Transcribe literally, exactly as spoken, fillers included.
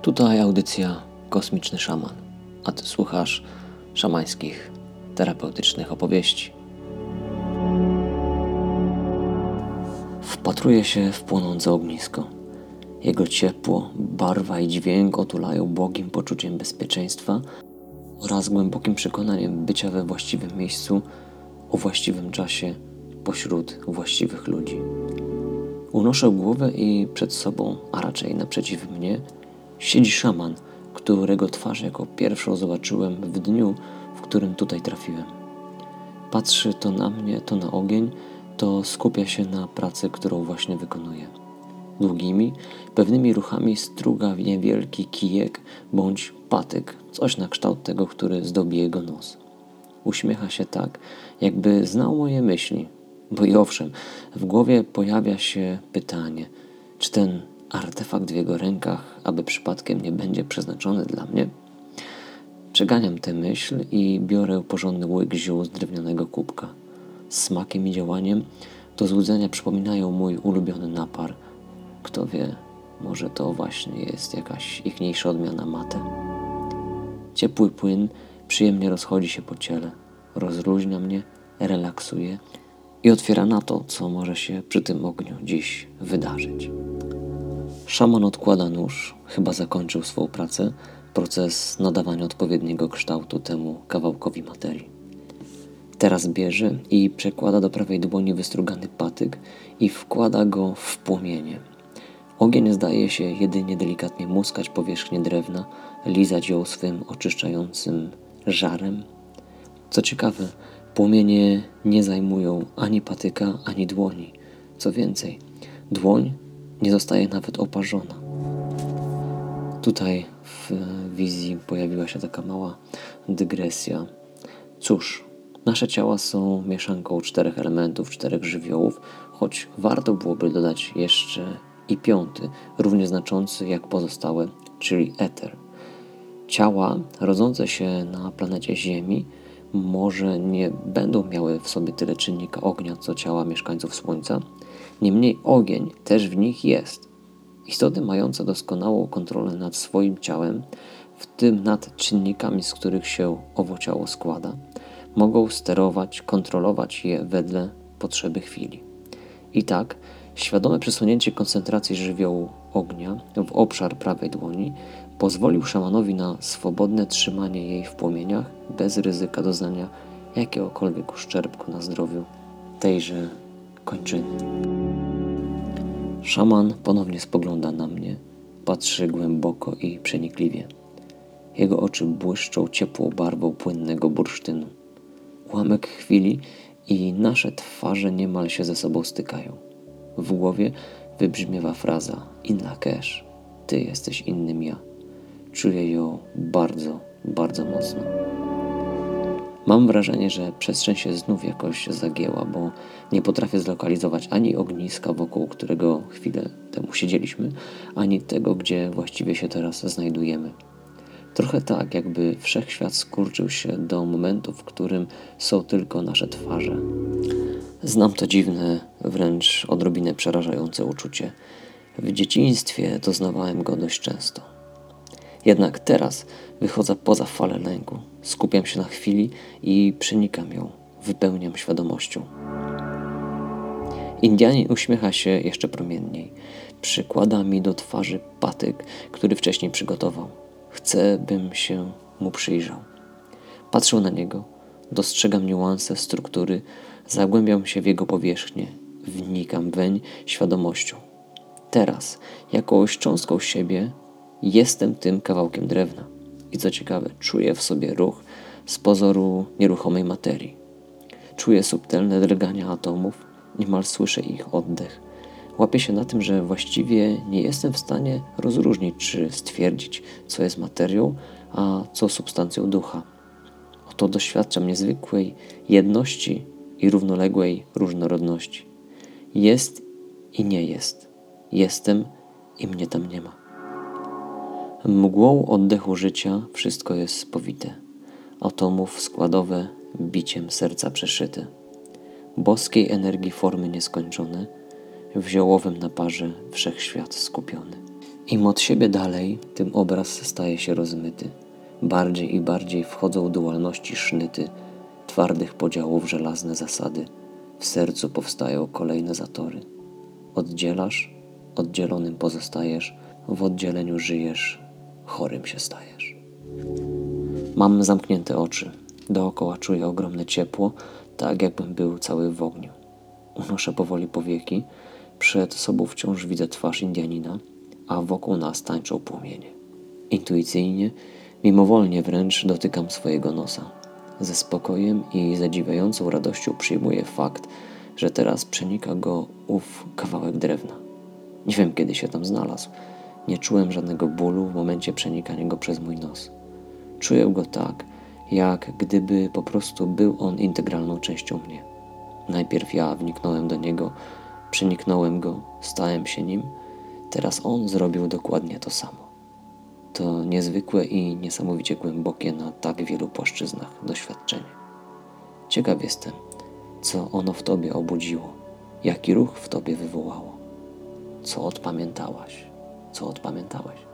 Tutaj audycja Kosmiczny Szaman, a Ty słuchasz szamańskich, terapeutycznych opowieści. Wpatruję się w płonące ognisko. Jego ciepło, barwa i dźwięk otulają błogim poczuciem bezpieczeństwa oraz głębokim przekonaniem bycia we właściwym miejscu, o właściwym czasie, pośród właściwych ludzi. Unoszę głowę i przed sobą, a raczej naprzeciw mnie, siedzi szaman, którego twarz jako pierwszą zobaczyłem w dniu, w którym tutaj trafiłem. Patrzy to na mnie, to na ogień, to skupia się na pracy, którą właśnie wykonuje. Długimi, pewnymi ruchami struga niewielki kijek bądź patyk, coś na kształt tego, który zdobi jego nos. Uśmiecha się tak, jakby znał moje myśli, bo i owszem, w głowie pojawia się pytanie, czy ten artefakt w jego rękach, aby przypadkiem nie będzie przeznaczony dla mnie? Przeganiam tę myśl i biorę porządny łyk ziół z drewnianego kubka. Smakiem i działaniem do złudzenia przypominają mój ulubiony napar. Kto wie, może to właśnie jest jakaś ichniejsza odmiana mate. Ciepły płyn przyjemnie rozchodzi się po ciele, rozluźnia mnie, relaksuje i otwiera na to, co może się przy tym ogniu dziś wydarzyć. Szaman odkłada nóż, chyba zakończył swą pracę, proces nadawania odpowiedniego kształtu temu kawałkowi materii. Teraz bierze i przekłada do prawej dłoni wystrugany patyk i wkłada go w płomienie. Ogień zdaje się jedynie delikatnie muskać powierzchnię drewna, lizać ją swym oczyszczającym żarem. Co ciekawe, płomienie nie zajmują ani patyka, ani dłoni. Co więcej, dłoń nie zostaje nawet oparzona. Tutaj w wizji pojawiła się taka mała dygresja. Cóż, nasze ciała są mieszanką czterech elementów, czterech żywiołów, choć warto byłoby dodać jeszcze i piąty, równie znaczący jak pozostałe, czyli eter. Ciała rodzące się na planecie Ziemi może nie będą miały w sobie tyle czynnika ognia, co ciała mieszkańców Słońca, niemniej ogień też w nich jest. Istoty mające doskonałą kontrolę nad swoim ciałem, w tym nad czynnikami, z których się owo ciało składa, mogą sterować, kontrolować je wedle potrzeby chwili. I tak, świadome przesunięcie koncentracji żywiołu ognia w obszar prawej dłoni pozwolił szamanowi na swobodne trzymanie jej w płomieniach bez ryzyka doznania jakiegokolwiek uszczerbku na zdrowiu tejże kończyny. Szaman ponownie spogląda na mnie, patrzy głęboko i przenikliwie. Jego oczy błyszczą ciepłą barwą płynnego bursztynu. Ułamek chwili i nasze twarze niemal się ze sobą stykają. W głowie wybrzmiewa fraza In Lakesh, ty jesteś innym ja. Czuję ją bardzo, bardzo mocno. Mam wrażenie, że przestrzeń się znów jakoś zagięła, bo nie potrafię zlokalizować ani ogniska, wokół którego chwilę temu siedzieliśmy, ani tego, gdzie właściwie się teraz znajdujemy. Trochę tak, jakby wszechświat skurczył się do momentu, w którym są tylko nasze twarze. Znam to dziwne, wręcz odrobinę przerażające uczucie. W dzieciństwie doznawałem go dość często. Jednak teraz wychodzę poza falę lęku, skupiam się na chwili i przenikam ją, wypełniam świadomością. Indianin uśmiecha się jeszcze promienniej. Przykłada mi do twarzy patyk, który wcześniej przygotował. Chcę, bym się mu przyjrzał. Patrzę na niego, dostrzegam niuanse struktury, zagłębiam się w jego powierzchnię, wnikam weń świadomością. Teraz, jakąś cząstką siebie, jestem tym kawałkiem drewna. I co ciekawe, czuję w sobie ruch z pozoru nieruchomej materii. Czuję subtelne drgania atomów, niemal słyszę ich oddech. Łapię się na tym, że właściwie nie jestem w stanie rozróżnić, czy stwierdzić, co jest materią, a co substancją ducha. Oto doświadczam niezwykłej jedności i równoległej różnorodności. Jest i nie jest. Jestem i mnie tam nie ma. Mgłą oddechu życia wszystko jest spowite. Atomów składowe biciem serca przeszyte. Boskiej energii formy nieskończone, w ziołowym naparze wszechświat skupiony. Im od siebie dalej, tym obraz staje się rozmyty. Bardziej i bardziej wchodzą dualności sznyty, twardych podziałów żelazne zasady. W sercu powstają kolejne zatory. Oddzielasz, oddzielonym pozostajesz, w oddzieleniu żyjesz, chorym się stajesz. Mam zamknięte oczy, dookoła czuję ogromne ciepło, tak jakbym był cały w ogniu. Unoszę powoli powieki, przed sobą wciąż widzę twarz Indianina, a wokół nas tańczą płomienie. Intuicyjnie, mimowolnie wręcz dotykam swojego nosa. Ze spokojem i zadziwiającą radością przyjmuję fakt, że teraz przenika go ów kawałek drewna. Nie wiem, kiedy się tam znalazł. Nie czułem żadnego bólu w momencie przenikania go przez mój nos. Czuję go tak, jak gdyby po prostu był on integralną częścią mnie. Najpierw ja wniknąłem do niego, przeniknąłem go, stałem się nim. Teraz on zrobił dokładnie to samo. To niezwykłe i niesamowicie głębokie na tak wielu płaszczyznach doświadczenie. Ciekaw jestem, co ono w tobie obudziło, jaki ruch w tobie wywołało, co odpamiętałaś, co odpamiętałeś.